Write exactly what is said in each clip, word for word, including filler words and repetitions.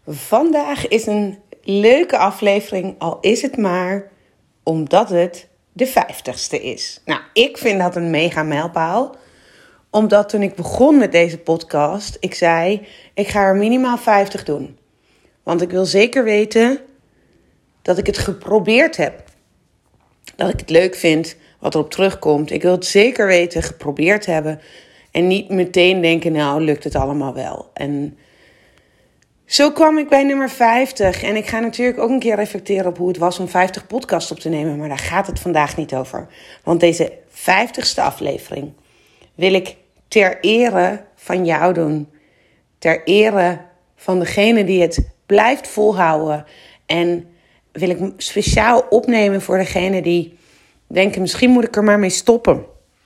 Vandaag is een leuke aflevering, al is het maar omdat het de vijftigste is. Nou, ik vind dat een mega mijlpaal. Omdat toen ik begon met deze podcast, ik zei, ik ga er minimaal vijftig doen. Want ik wil zeker weten dat ik het geprobeerd heb. Dat ik het leuk vind wat erop terugkomt. Ik wil het zeker weten, geprobeerd hebben. En niet meteen denken, nou lukt het allemaal wel. En zo kwam ik bij nummer vijftig. En ik ga natuurlijk ook een keer reflecteren op hoe het was om vijftig podcasts op te nemen. Maar daar gaat het vandaag niet over. Want deze vijftigste aflevering wil ik ter ere van jou doen. Ter ere van degene die het blijft volhouden. En wil ik speciaal opnemen voor degene die denken, misschien moet ik er maar mee stoppen.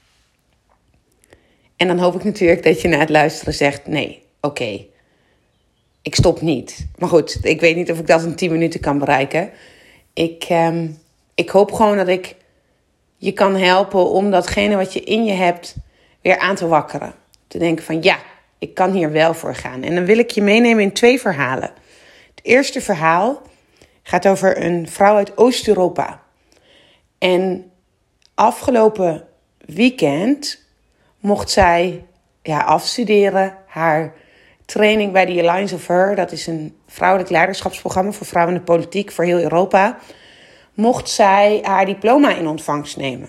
En dan hoop ik natuurlijk dat je na het luisteren zegt, nee, oké. Okay. Ik stop niet. Maar goed, ik weet niet of ik dat in tien minuten kan bereiken. Ik, eh, ik hoop gewoon dat ik je kan helpen om datgene wat je in je hebt weer aan te wakkeren. Te denken van ja, ik kan hier wel voor gaan. En dan wil ik je meenemen in twee verhalen. Het eerste verhaal gaat over een vrouw uit Oost-Europa. En afgelopen weekend mocht zij ja, afstuderen. Haar training bij de Alliance of Her, dat is een vrouwelijk leiderschapsprogramma voor vrouwen in de politiek voor heel Europa, mocht zij haar diploma in ontvangst nemen.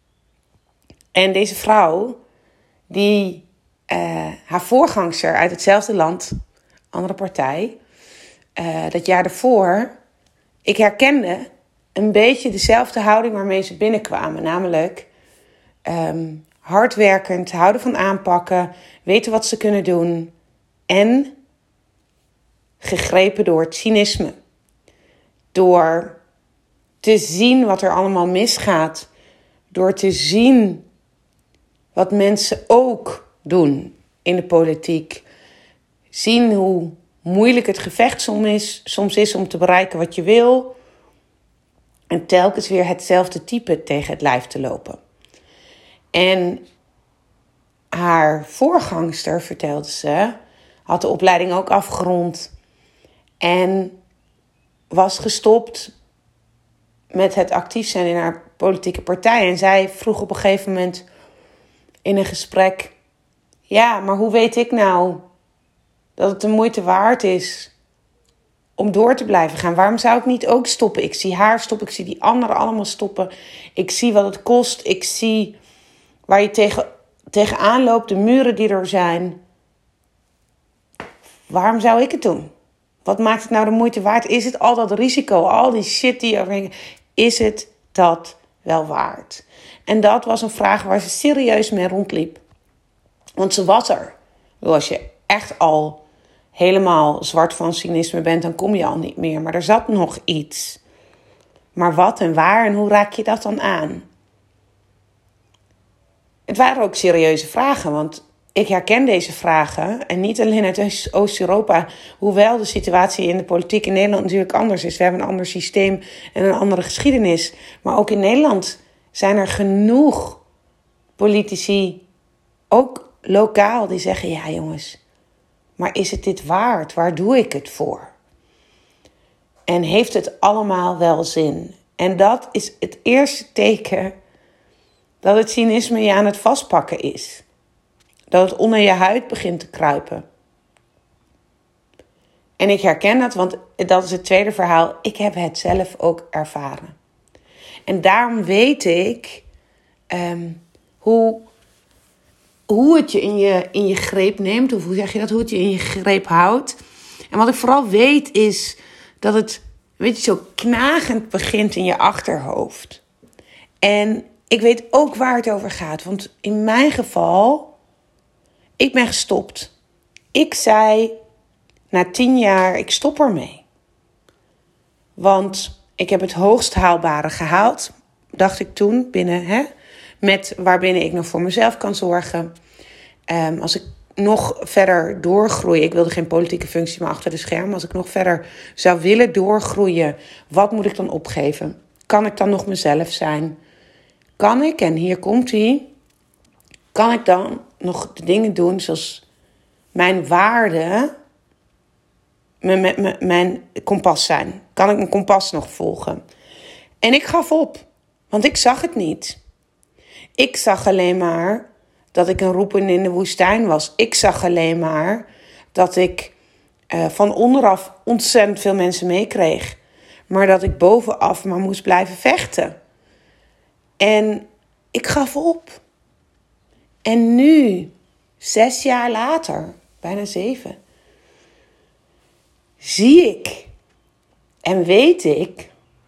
En deze vrouw, die uh, haar voorgangster uit hetzelfde land, andere partij, uh, dat jaar daarvoor, ik herkende een beetje dezelfde houding waarmee ze binnenkwamen. Namelijk um, hardwerkend, houden van aanpakken, weten wat ze kunnen doen. En gegrepen door het cynisme. Door te zien wat er allemaal misgaat. Door te zien wat mensen ook doen in de politiek. Zien hoe moeilijk het gevecht soms is, soms is om te bereiken wat je wil. En telkens weer hetzelfde type tegen het lijf te lopen. En haar voorgangster, vertelde ze, had de opleiding ook afgerond en was gestopt met het actief zijn in haar politieke partij. En zij vroeg op een gegeven moment in een gesprek, ja, maar hoe weet ik nou dat het de moeite waard is om door te blijven gaan? Waarom zou ik niet ook stoppen? Ik zie haar stoppen, ik zie die anderen allemaal stoppen. Ik zie wat het kost, ik zie waar je tegen, tegenaan loopt, de muren die er zijn. Waarom zou ik het doen? Wat maakt het nou de moeite waard? Is het al dat risico, al die shit die er... Is het dat wel waard? En dat was een vraag waar ze serieus mee rondliep. Want ze was er. Als je echt al helemaal zwart van cynisme bent, dan kom je al niet meer. Maar er zat nog iets. Maar wat en waar en hoe raak je dat dan aan? Het waren ook serieuze vragen, want ik herken deze vragen. En niet alleen uit Oost-Europa. Hoewel de situatie in de politiek in Nederland natuurlijk anders is. We hebben een ander systeem en een andere geschiedenis. Maar ook in Nederland zijn er genoeg politici, ook lokaal, die zeggen, ja jongens, maar is het dit waard? Waar doe ik het voor? En heeft het allemaal wel zin? En dat is het eerste teken dat het cynisme je aan het vastpakken is. Dat het onder je huid begint te kruipen. En ik herken dat, want dat is het tweede verhaal. Ik heb het zelf ook ervaren. En daarom weet ik um, hoe, hoe het je in, je in je greep neemt. Of hoe zeg je dat? Hoe het je in je greep houdt. En wat ik vooral weet is dat het, weet je, zo knagend begint in je achterhoofd. En ik weet ook waar het over gaat. Want in mijn geval, ik ben gestopt. Ik zei na tien jaar, ik stop ermee. Want ik heb het hoogst haalbare gehaald, dacht ik toen, binnen, hè, met waarbinnen ik nog voor mezelf kan zorgen. Um, als ik nog verder doorgroei, ik wilde geen politieke functie meer achter de schermen. Als ik nog verder zou willen doorgroeien, wat moet ik dan opgeven? Kan ik dan nog mezelf zijn? Kan ik, en hier komt ie, kan ik dan nog de dingen doen zoals mijn waarden mijn, mijn, mijn kompas zijn? Kan ik mijn kompas nog volgen? En ik gaf op, want ik zag het niet. Ik zag alleen maar dat ik een roepen in de woestijn was. Ik zag alleen maar dat ik uh, van onderaf ontzettend veel mensen meekreeg. Maar dat ik bovenaf maar moest blijven vechten. En ik gaf op. En nu, zes jaar later, bijna zeven, zie ik en weet ik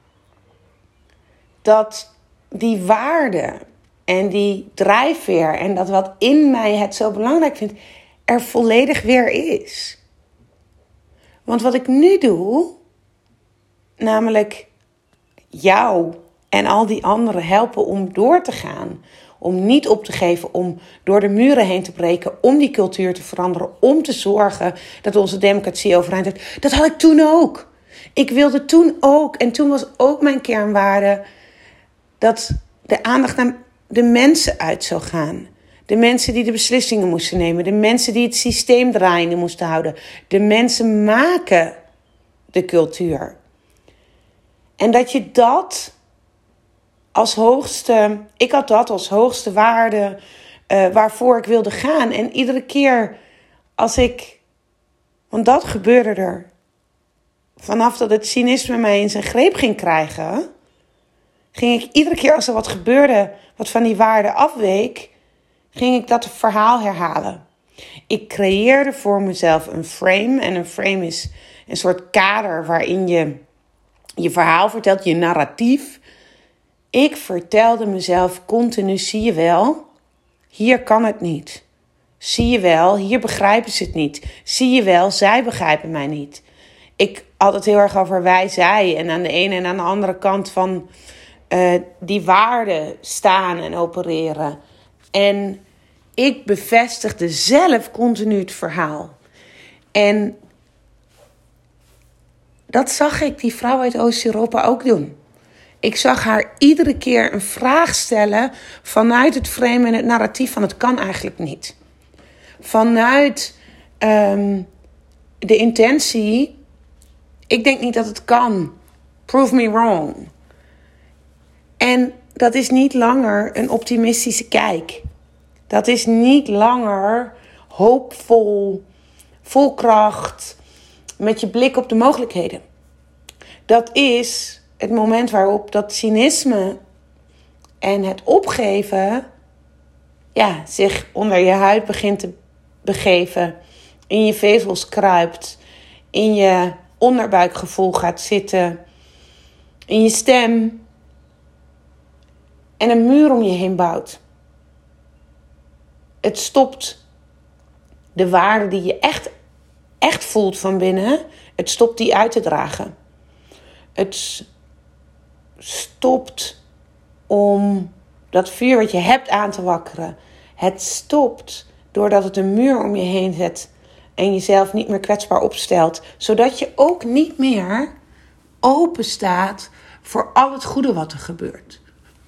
dat die waarde en die drijfveer en dat wat in mij het zo belangrijk vindt, er volledig weer is. Want wat ik nu doe, namelijk jou en al die anderen helpen om door te gaan, om niet op te geven, om door de muren heen te breken, om die cultuur te veranderen, om te zorgen dat onze democratie overeind blijft. Dat had ik toen ook. Ik wilde toen ook, en toen was ook mijn kernwaarde dat de aandacht naar de mensen uit zou gaan. De mensen die de beslissingen moesten nemen. De mensen die het systeem draaiende moesten houden. De mensen maken de cultuur. En dat je dat als hoogste... Ik had dat als hoogste waarde uh, waarvoor ik wilde gaan. En iedere keer als ik... Want dat gebeurde er. Vanaf dat het cynisme mij in zijn greep ging krijgen, ging ik iedere keer als er wat gebeurde, wat van die waarde afweek, ging ik dat verhaal herhalen. Ik creëerde voor mezelf een frame. En een frame is een soort kader waarin je je verhaal vertelt, je narratief. Ik vertelde mezelf continu, zie je wel, hier kan het niet. Zie je wel, hier begrijpen ze het niet. Zie je wel, zij begrijpen mij niet. Ik had het heel erg over wij, zij. En aan de ene en aan de andere kant van uh, die waarden staan en opereren. En ik bevestigde zelf continu het verhaal. En dat zag ik die vrouw uit Oost-Europa ook doen. Ik zag haar iedere keer een vraag stellen vanuit het frame en het narratief van het kan eigenlijk niet. Vanuit um, de intentie, ik denk niet dat het kan. Prove me wrong. En dat is niet langer een optimistische kijk. Dat is niet langer hoopvol, vol kracht, met je blik op de mogelijkheden. Dat is het moment waarop dat cynisme en het opgeven ja, zich onder je huid begint te begeven, in je vezels kruipt, in je onderbuikgevoel gaat zitten, in je stem en een muur om je heen bouwt. Het stopt de waarde die je echt, echt voelt van binnen, het stopt die uit te dragen. Het stopt om dat vuur wat je hebt aan te wakkeren. Het stopt doordat het een muur om je heen zet en jezelf niet meer kwetsbaar opstelt. Zodat je ook niet meer open staat voor al het goede wat er gebeurt.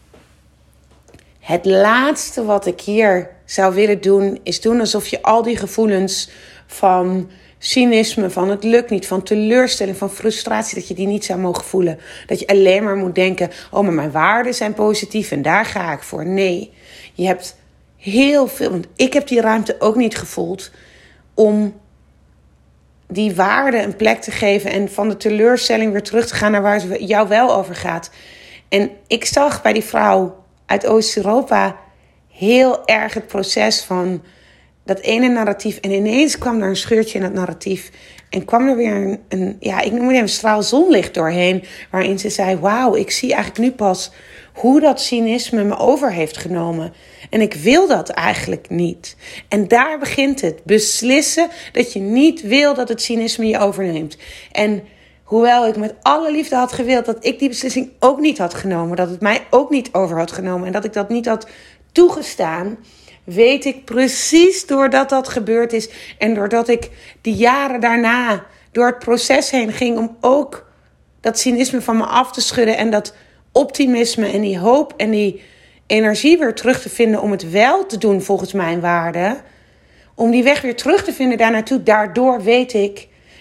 Het laatste wat ik hier zou willen doen, is doen alsof je al die gevoelens van cynisme, van het lukt niet, van teleurstelling, van frustratie, dat je die niet zou mogen voelen. Dat je alleen maar moet denken, oh, maar mijn waarden zijn positief en daar ga ik voor. Nee, je hebt heel veel, want ik heb die ruimte ook niet gevoeld om die waarden een plek te geven en van de teleurstelling weer terug te gaan naar waar het jou wel over gaat. En ik zag bij die vrouw uit Oost-Europa heel erg het proces van dat ene narratief. En ineens kwam er een scheurtje in dat narratief. En kwam er weer een, een ja, ik noem het even een straal zonlicht doorheen. Waarin ze zei, wauw, ik zie eigenlijk nu pas hoe dat cynisme me over heeft genomen. En ik wil dat eigenlijk niet. En daar begint het. Beslissen dat je niet wil dat het cynisme je overneemt. En hoewel ik met alle liefde had gewild dat ik die beslissing ook niet had genomen. Dat het mij ook niet over had genomen. En dat ik dat niet had toegestaan. Weet ik precies doordat dat gebeurd is. En doordat ik die jaren daarna door het proces heen ging. Om ook dat cynisme van me af te schudden. En dat optimisme en die hoop en die energie weer terug te vinden. Om het wel te doen volgens mijn waarden. Om die weg weer terug te vinden daar naartoe. Daardoor weet ik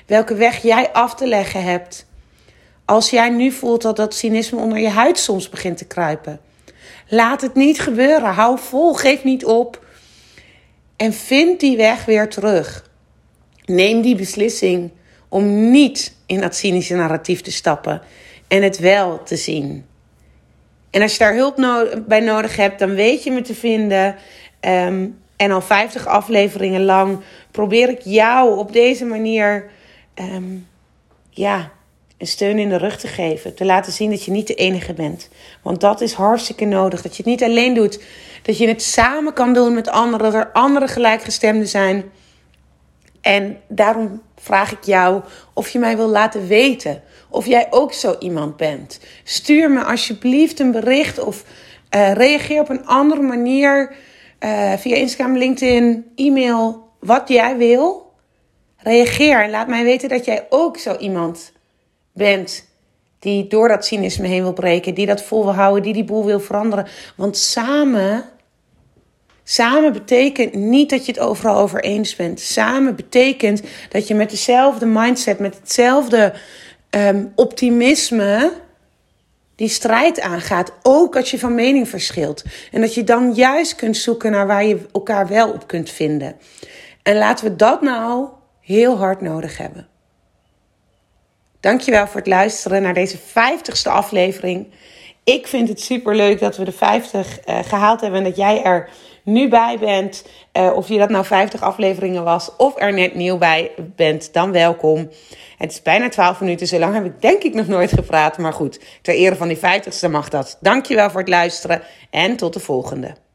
welke weg jij af te leggen hebt. Als jij nu voelt dat dat cynisme onder je huid soms begint te kruipen. Laat het niet gebeuren. Hou vol, geef niet op. En vind die weg weer terug. Neem die beslissing om niet in dat cynische narratief te stappen. En het wel te zien. En als je daar hulp no- bij nodig hebt, dan weet je me te vinden. Um, en al vijftig afleveringen lang probeer ik jou op deze manier um, ja, een steun in de rug te geven. Te laten zien dat je niet de enige bent. Want dat is hartstikke nodig. Dat je het niet alleen doet. Dat je het samen kan doen met anderen. Dat er andere gelijkgestemden zijn. En daarom vraag ik jou of je mij wil laten weten of jij ook zo iemand bent. Stuur me alsjeblieft een bericht of uh, reageer op een andere manier uh, via Instagram, LinkedIn, e-mail, wat jij wil. Reageer en laat mij weten dat jij ook zo iemand bent die door dat cynisme heen wil breken, die dat vol wil houden, die die boel wil veranderen. Want samen... Samen betekent niet dat je het overal over eens bent. Samen betekent dat je met dezelfde mindset, met hetzelfde um, optimisme die strijd aangaat. Ook als je van mening verschilt. En dat je dan juist kunt zoeken naar waar je elkaar wel op kunt vinden. En laten we dat nou heel hard nodig hebben. Dankjewel voor het luisteren naar deze vijftigste aflevering. Ik vind het superleuk dat we de vijftig uh, gehaald hebben en dat jij er nu bij bent. Uh, of je dat nou vijftig afleveringen was of er net nieuw bij bent, dan welkom. Het is bijna twaalf minuten, zo lang heb ik denk ik nog nooit gepraat. Maar goed, ter ere van die vijftigste mag dat. Dankjewel voor het luisteren en tot de volgende.